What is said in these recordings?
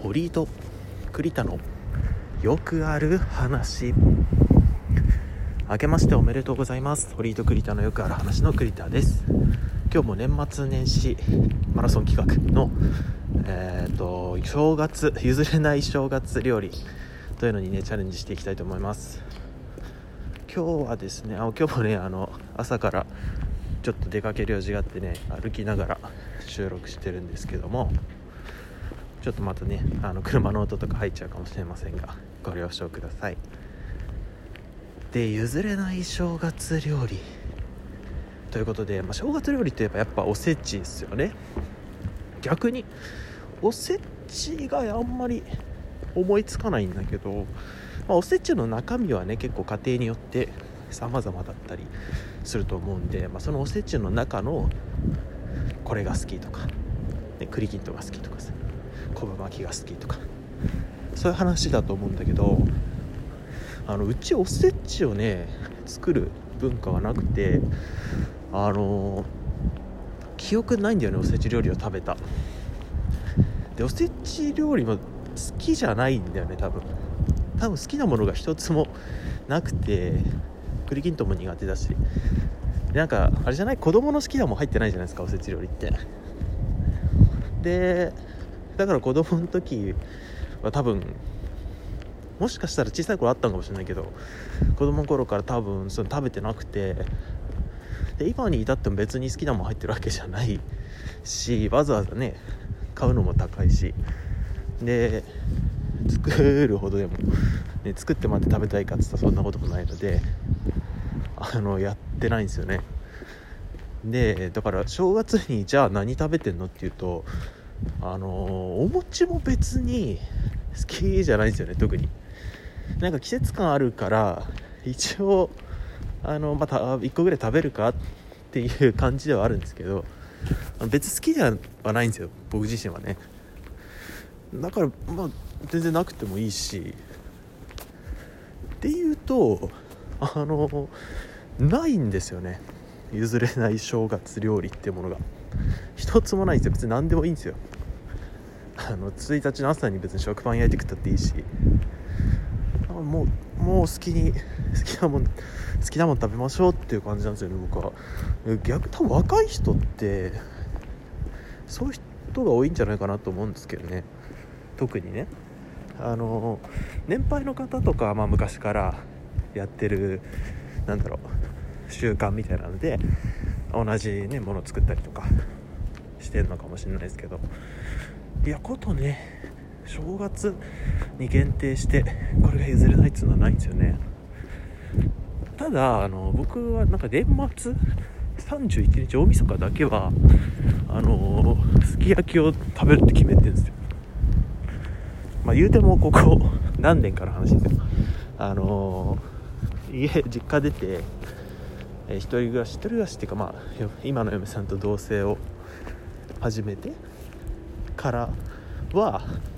堀井と栗田のよくある話。明けましておめでとうございます。堀井と栗田のよくある話の栗田です。今日も年末年始マラソン企画の、正月譲れない正月料理というのにねチャレンジしていきたいと思います。今日はですね今日もね朝からちょっと出かける用事があってね歩きながら収録してるんですけども、ちょっとまたね車の音とか入っちゃうかもしれませんがご了承ください。で、譲れない正月料理ということで、正月料理といえばやっぱおせちですよね。逆におせちがあんまり思いつかないんだけど、おせちの中身はね結構家庭によって様々だったりすると思うんで、そのおせちの中のこれが好きとか、栗きんとんが好きとかさ、昆布巻きが好きとか、そういう話だと思うんだけど、うちおせちをね作る文化はなくて、記憶ないんだよね、おせち料理を食べた。で、おせち料理も好きじゃないんだよね、多分好きなものが一つもなくて、栗きんとんも苦手だし、なんかあれじゃない、子供の好きなもん入ってないじゃないですか、おせち料理って。でだから子供の時は多分もしかしたら小さい頃あったのかもしれないけど、子供の頃から多分その食べてなくて、で今に至っても別に好きなもん入ってるわけじゃないし、わざわざね買うのも高いし、で作るほどでも、作ってまで食べたいかって言ったらそんなこともないのでやってないんですよね。でだから正月にじゃあ何食べてんのっていうと、お餅も別に好きじゃないんですよね。特になんか季節感あるから一応また1個ぐらい食べるかっていう感じではあるんですけど、別好きではないんですよ、僕自身はね。だから全然なくてもいいしっていうとないんですよね、譲れない正月料理っていうものが一つもないんですよ。別に何でもいいんですよ。1日の朝に別に食パン焼いて食ったっていいし、もう好きなもん食べましょうっていう感じなんですよね、僕は。多分若い人ってそういう人が多いんじゃないかなと思うんですけどね。特にね年配の方とか昔からやってる習慣みたいなので同じねものを作ったりとかしてるのかもしれないですけど、ことね正月に限定してこれが譲れないっていうのはないんですよね。ただ僕は年末31日大晦日だけはすき焼きを食べるって決めてるんですよ。言うてもここ何年かの話ですよ。実家出て一人暮らしっていうか、今の嫁さんと同棲を始めてからは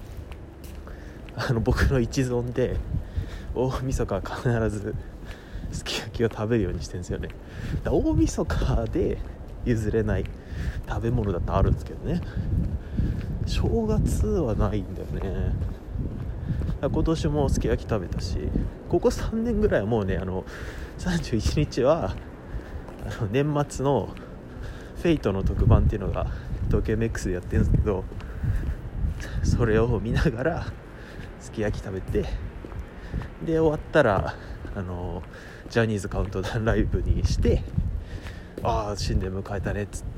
僕の一存で大晦日は必ずすき焼きを食べるようにしてるんですよね。大晦日で譲れない食べ物だとあるんですけどね、正月はないんだよね。今年もすき焼き食べたし、ここ3年ぐらいはもうね31日は年末のフェイトの特番っていうのが東京 MX でやってるんですけど、それを見ながらすき焼き食べて、で終わったらジャニーズカウントダウンライブにして、新年迎えたねっつって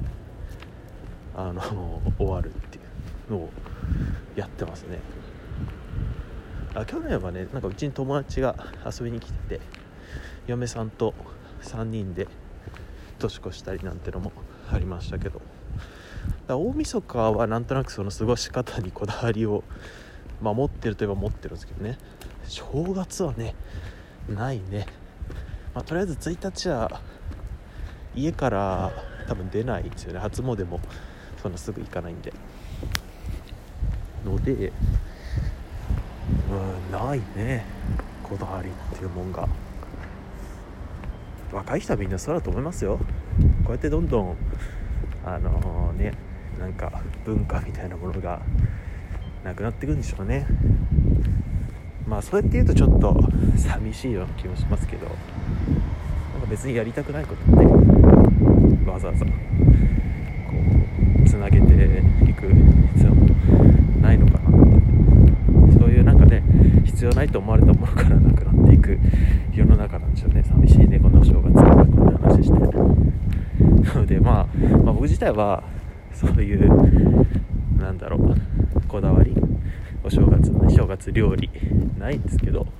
終わるっていうのをやってますね。去年はねうちに友達が遊びに来てて、嫁さんと3人で年越したりなんてのもありましたけど、大晦日はなんとなくその過ごし方にこだわりを持ってるといえば持ってるんですけどね、正月はねないね。とりあえず1日は家から多分出ないんですよね。初詣もそんなすぐ行かないんでないね、こだわりっていうもんが。若い人はみんなそうだと思いますよ。こうやってどんどん文化みたいなものがなくなっていくんでしょうね。まあそうやって言うとちょっと寂しいような気もしますけど、なんか別にやりたくないことってわざわざこうつなげていく必要もないのかなって、そういうなんかね必要ないと思われたものからなくなっていく世の中なんでしょうね。寂しいねこのお正月からこんな話してなので、まあ僕自体はそういうなんだろうこだわりお正月の正月料理ないんですけど、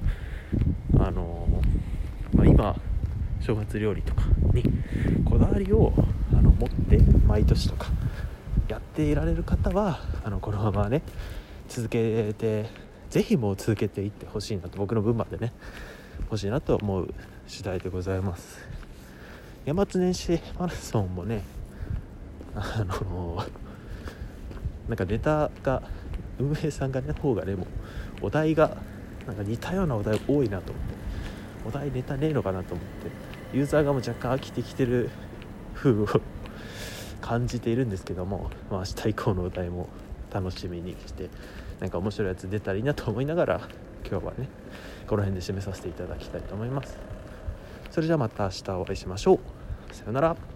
今正月料理とかにこだわりを持って毎年とかやっていられる方はこのままね続けて、ぜひもう続けていってほしいなと、僕の分までね欲しいなと思う次第でございます。年末年始マラソンもねなんかネタが運営さんがね方がねもうお題がなんか似たようなお題多いなと思って、お題ネタねえのかなと思ってユーザーがもう若干飽きてきてる風を感じているんですけども、明日以降のお題も楽しみにしてなんか面白いやつ出たらいいなと思いながら今日はねこの辺で締めさせていただきたいと思います。それじゃあまた明日お会いしましょう。さよなら。